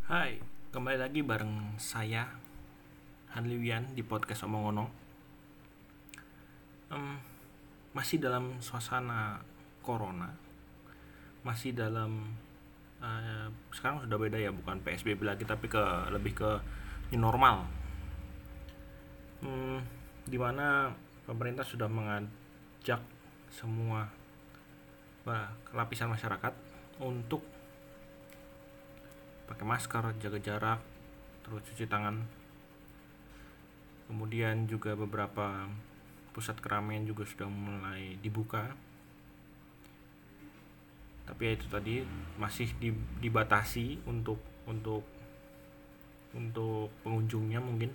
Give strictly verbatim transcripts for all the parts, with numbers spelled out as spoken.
Hai, kembali lagi bareng saya Hanliwian di podcast Omong Onong. um, Masih dalam suasana corona, masih dalam uh, sekarang sudah beda ya, bukan P S B B lagi tapi ke lebih ke new normal. Hmm, dimana pemerintah sudah mengajak semua bah, lapisan masyarakat untuk pakai masker, jaga jarak, terus cuci tangan. Kemudian juga beberapa pusat keramaian juga sudah mulai dibuka. Tapi ya itu tadi masih dibatasi untuk untuk untuk pengunjungnya mungkin.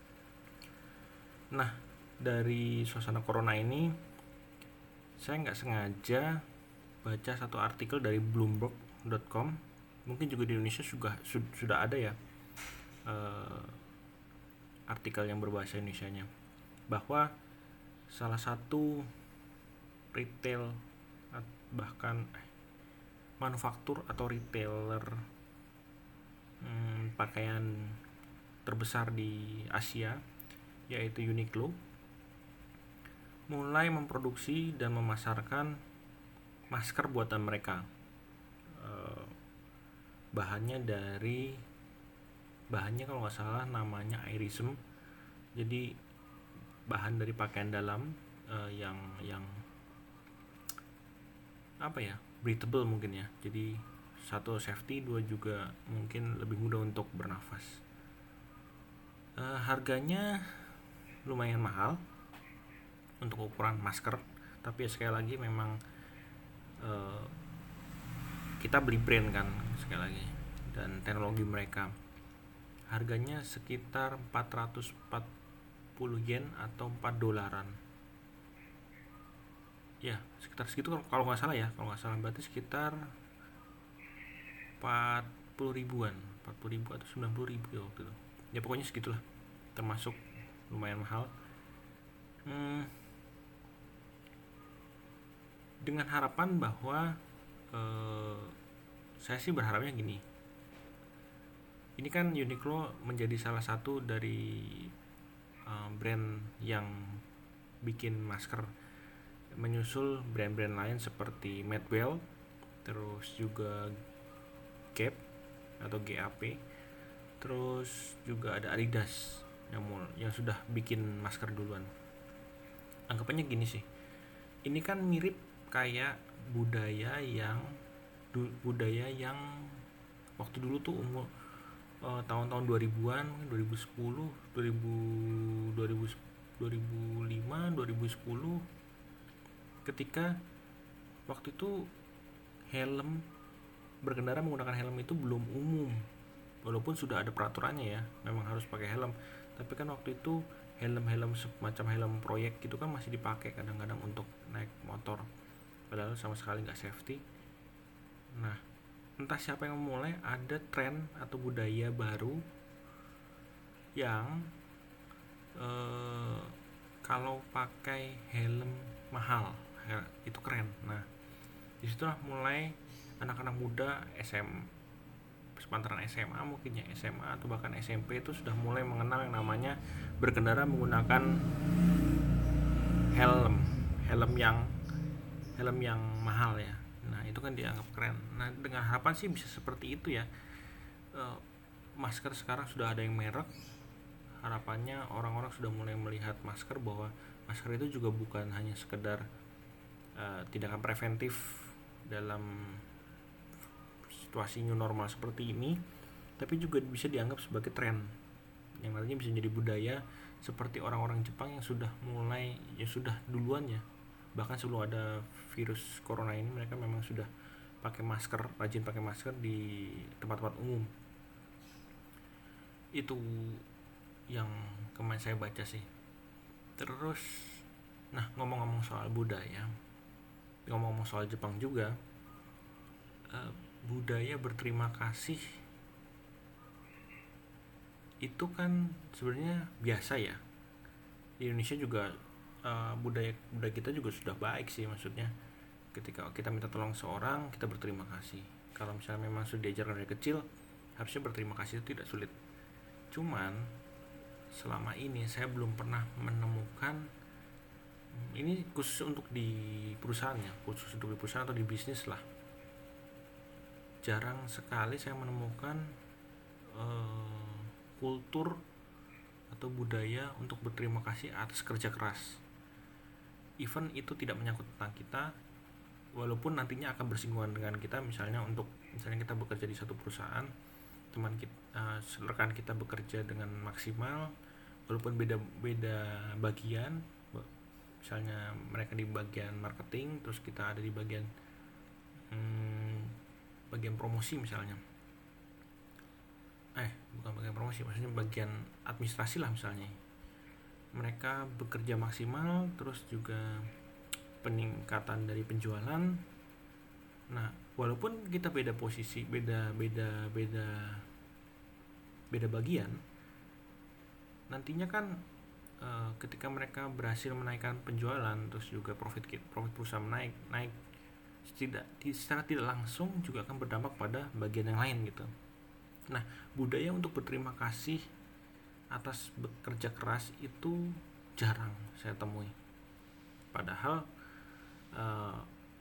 Nah, dari suasana corona ini saya nggak sengaja baca satu artikel dari bloomberg dot com. Mungkin juga di Indonesia juga sudah ada ya uh, artikel yang berbahasa Indonesianya, bahwa salah satu retail bahkan manufaktur atau retailer hmm, pakaian terbesar di Asia, yaitu Uniqlo, mulai memproduksi dan memasarkan masker buatan mereka. uh, bahannya dari bahannya kalau nggak salah namanya Airism. Jadi bahan dari pakaian dalam uh, yang yang apa ya, breathable mungkin ya. Jadi satu safety, dua juga mungkin lebih mudah untuk bernafas. Uh, harganya lumayan mahal untuk ukuran masker, tapi ya sekali lagi memang uh, kita beli brand kan sekali lagi, dan teknologi mereka. Harganya sekitar empat ratus empat puluh yen atau empat dolaran. Ya, sekitar segitu kalau nggak salah ya. Kalau nggak salah berarti sekitar empat puluh ribuan, empat puluh ribu atau sembilan puluh ribu ya waktu itu. Ya pokoknya segitulah. Termasuk lumayan mahal. Hmm, dengan harapan bahwa eh, saya sih berharapnya gini. Ini kan Uniqlo menjadi salah satu dari uh, brand yang bikin masker, menyusul brand-brand lain seperti Madewell, terus juga Gap atau G A P, terus juga ada Adidas yang mul- yang sudah bikin masker duluan. Anggapannya gini sih, ini kan mirip kayak budaya yang du- budaya yang waktu dulu tuh umur Uh, tahun-tahun dua ribuan, dua ribu sepuluh, dua ribu, dua ribu, dua ribu lima, dua ribu sepuluh, ketika waktu itu helm, berkendara menggunakan helm itu belum umum, walaupun sudah ada peraturannya ya, memang harus pakai helm. Tapi kan waktu itu helm-helm semacam helm proyek gitu kan masih dipakai kadang-kadang untuk naik motor, padahal sama sekali nggak safety. Nah, entah siapa yang memulai, ada tren atau budaya baru yang eh, kalau pakai helm mahal itu keren. Nah, disitulah mulai anak-anak muda S M sepantaran S M A mungkin ya, S M A atau bahkan S M P itu sudah mulai mengenal yang namanya berkendara menggunakan helm helm yang helm yang mahal ya. Nah, itu kan dianggap keren. Nah, dengan harapan sih bisa seperti itu ya. E, masker sekarang sudah ada yang merek. Harapannya orang-orang sudah mulai melihat masker bahwa masker itu juga bukan hanya sekedar e, tindakan preventif dalam situasi new normal seperti ini, tapi juga bisa dianggap sebagai tren yang nantinya bisa jadi budaya, seperti orang-orang Jepang yang sudah mulai, ya sudah duluan ya, bahkan sebelum ada virus corona ini mereka memang sudah pakai masker, rajin pakai masker di tempat-tempat umum. Itu yang kemarin saya baca sih. Terus, nah ngomong-ngomong soal budaya, ngomong-ngomong soal Jepang juga, uh, budaya berterima kasih itu kan sebenarnya biasa ya. Di Indonesia juga uh, budaya budaya kita juga sudah baik sih, maksudnya ketika kita minta tolong seorang, kita berterima kasih. Kalau misalnya memang sudah diajarkan dari kecil, harusnya berterima kasih itu tidak sulit. Cuman selama ini saya belum pernah menemukan, ini khusus untuk di perusahaan ya, khusus untuk di perusahaan atau di bisnis lah, jarang sekali saya menemukan uh, kultur atau budaya untuk berterima kasih atas kerja keras. Even itu tidak menyangkut tentang kita, walaupun nantinya akan bersinggungan dengan kita, misalnya untuk misalnya kita bekerja di satu perusahaan, teman kita, uh, rekan kita bekerja dengan maksimal, walaupun beda-beda bagian, misalnya mereka di bagian marketing, terus kita ada di bagian hmm, bagian promosi misalnya, eh bukan bagian promosi, maksudnya bagian administrasi lah misalnya. Mereka bekerja maksimal, terus juga peningkatan dari penjualan. Nah, walaupun kita beda posisi, beda beda beda beda bagian, nantinya kan e, ketika mereka berhasil menaikkan penjualan, terus juga profit profit perusahaan naik naik tidak secara tidak langsung juga akan berdampak pada bagian yang lain gitu. Nah, budaya untuk berterima kasih atas bekerja keras itu jarang saya temui. Padahal uh,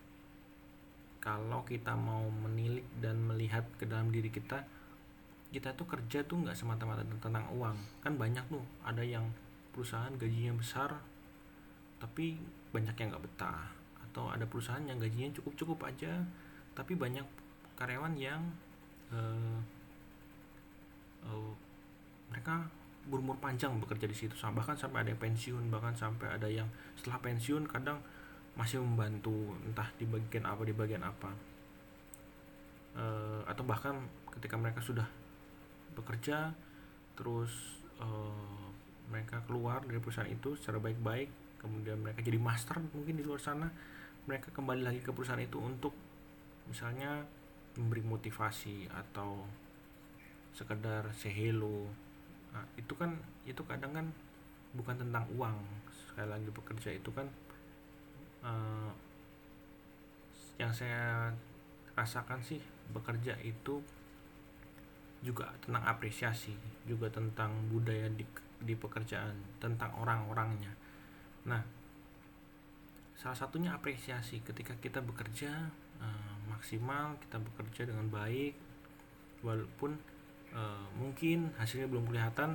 kalau kita mau menilik dan melihat ke dalam diri kita, kita tuh kerja tuh nggak semata-mata tentang uang. Kan banyak tuh, ada yang perusahaan gajinya besar tapi banyak yang nggak betah, atau ada perusahaan yang gajinya cukup-cukup aja tapi banyak karyawan yang uh, uh, mereka berumur panjang bekerja di situ, bahkan sampai ada yang pensiun, bahkan sampai ada yang setelah pensiun kadang masih membantu entah di bagian apa di bagian apa e, atau bahkan ketika mereka sudah bekerja terus e, mereka keluar dari perusahaan itu secara baik-baik, kemudian mereka jadi master mungkin di luar sana, mereka kembali lagi ke perusahaan itu untuk misalnya memberi motivasi atau sekedar say hello. Nah, itu kan itu kadang kan bukan tentang uang. Sekali lagi bekerja itu kan uh, yang saya rasakan sih, bekerja itu juga tentang apresiasi, juga tentang budaya di, di pekerjaan, tentang orang-orangnya. Nah, salah satunya apresiasi ketika kita bekerja uh, maksimal, kita bekerja dengan baik, walaupun Uh, mungkin hasilnya belum kelihatan.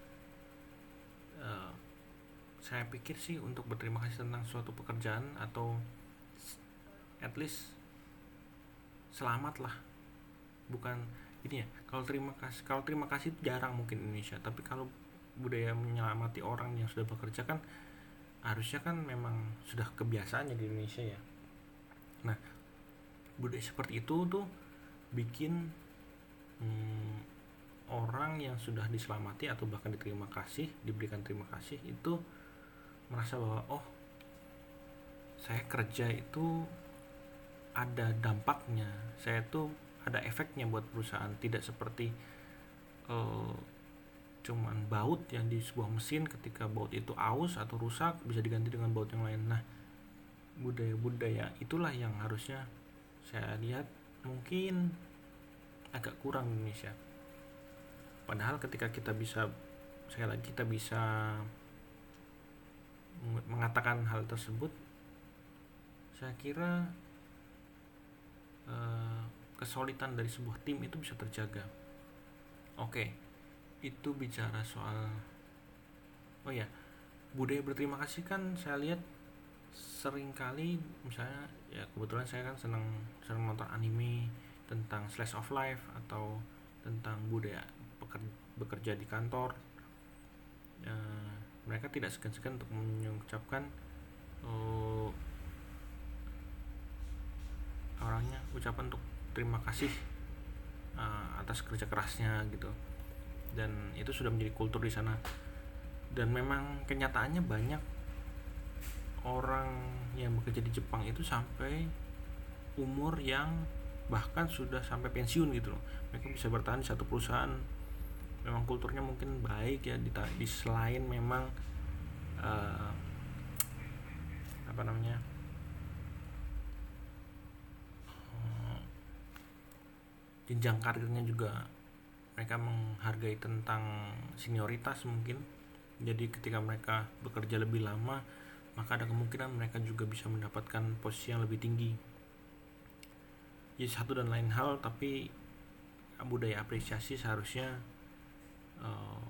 uh, saya pikir sih untuk berterima kasih tentang suatu pekerjaan atau at least selamat lah, bukan ini ya, kalau terima kasih kalau terima kasih jarang mungkin di Indonesia, tapi kalau budaya menyelamati orang yang sudah bekerja kan harusnya kan memang sudah kebiasaannya di Indonesia ya. Nah, budaya seperti itu tuh bikin hmm, orang yang sudah diselamati atau bahkan diterima kasih, diberikan terima kasih itu merasa bahwa oh, saya kerja itu ada dampaknya, saya tuh ada efeknya buat perusahaan, tidak seperti uh, cuman baut yang di sebuah mesin, ketika baut itu aus atau rusak bisa diganti dengan baut yang lain. Nah, budaya-budaya itulah yang harusnya saya lihat mungkin agak kurang di Indonesia. Padahal ketika kita bisa, sekali lagi kita bisa mengatakan hal tersebut, saya kira eh, kesulitan dari sebuah tim itu bisa terjaga. Oke, itu bicara soal, oh ya, budaya berterima kasih kan saya lihat sering kali, misalnya ya kebetulan saya kan senang senang nonton anime tentang slice of life atau tentang budaya bekerja di kantor. E, mereka tidak segan-segan untuk mengucapkan oh, orangnya ucapan untuk terima kasih uh, atas kerja kerasnya gitu, dan itu sudah menjadi kultur di sana. Dan memang kenyataannya banyak orang yang bekerja di Jepang itu sampai umur yang bahkan sudah sampai pensiun gitu loh, mereka bisa bertahan di satu perusahaan. Memang kulturnya mungkin baik ya, di, di selain memang uh, apa namanya uh, jenjang karirnya juga mereka menghargai tentang senioritas mungkin. Jadi ketika mereka bekerja lebih lama, maka ada kemungkinan mereka juga bisa mendapatkan posisi yang lebih tinggi. Jadi satu dan lain hal, tapi budaya apresiasi seharusnya uh,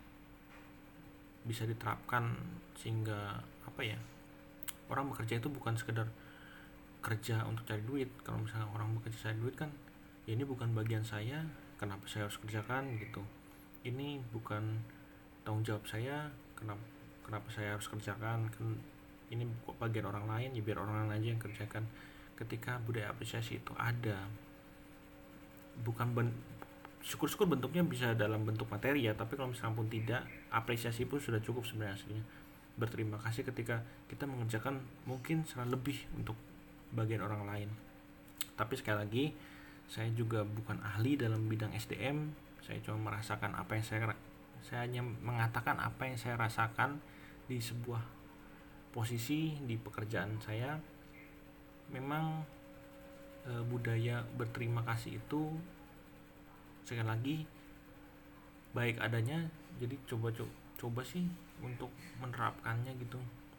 bisa diterapkan sehingga apa ya, orang bekerja itu bukan sekedar kerja untuk cari duit. Kalau misalnya orang bekerja cari duit kan, ya ini bukan bagian saya, kenapa saya harus kerjakan gitu. Ini bukan tanggung jawab saya, kenapa kenapa saya harus kerjakan kan, ini bagian orang lain, ya biar orang lain aja yang kerjakan. Ketika budaya apresiasi itu ada, bukan ben- syukur-syukur bentuknya bisa dalam bentuk materi ya, tapi kalau misalnya pun tidak, apresiasi pun sudah cukup sebenarnya aslinya. Berterima kasih ketika kita mengerjakan mungkin secara lebih untuk bagian orang lain. Tapi sekali lagi, saya juga bukan ahli dalam bidang S D M. Saya cuma merasakan apa yang saya saya hanya mengatakan apa yang saya rasakan di sebuah posisi di pekerjaan saya. Memang e, budaya berterima kasih itu sekali lagi baik adanya, jadi coba coba, coba sih untuk menerapkannya gitu.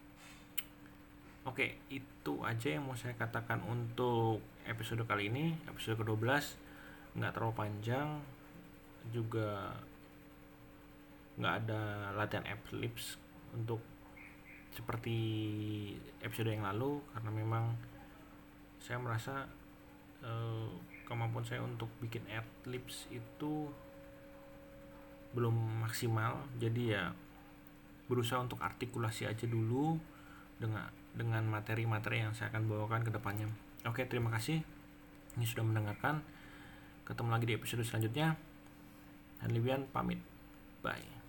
Oke, itu aja yang mau saya katakan untuk episode kali ini, episode kedua belas. Nggak terlalu panjang, juga nggak ada latihan Eclipse untuk seperti episode yang lalu, karena memang saya merasa eh, kemampuan saya untuk bikin Eclipse itu belum maksimal. Jadi ya berusaha untuk artikulasi aja dulu dengan dengan materi-materi yang saya akan bawakan ke depannya. Oke, terima kasih ini sudah mendengarkan. Ketemu lagi di episode selanjutnya. Hanlibian pamit. Bye.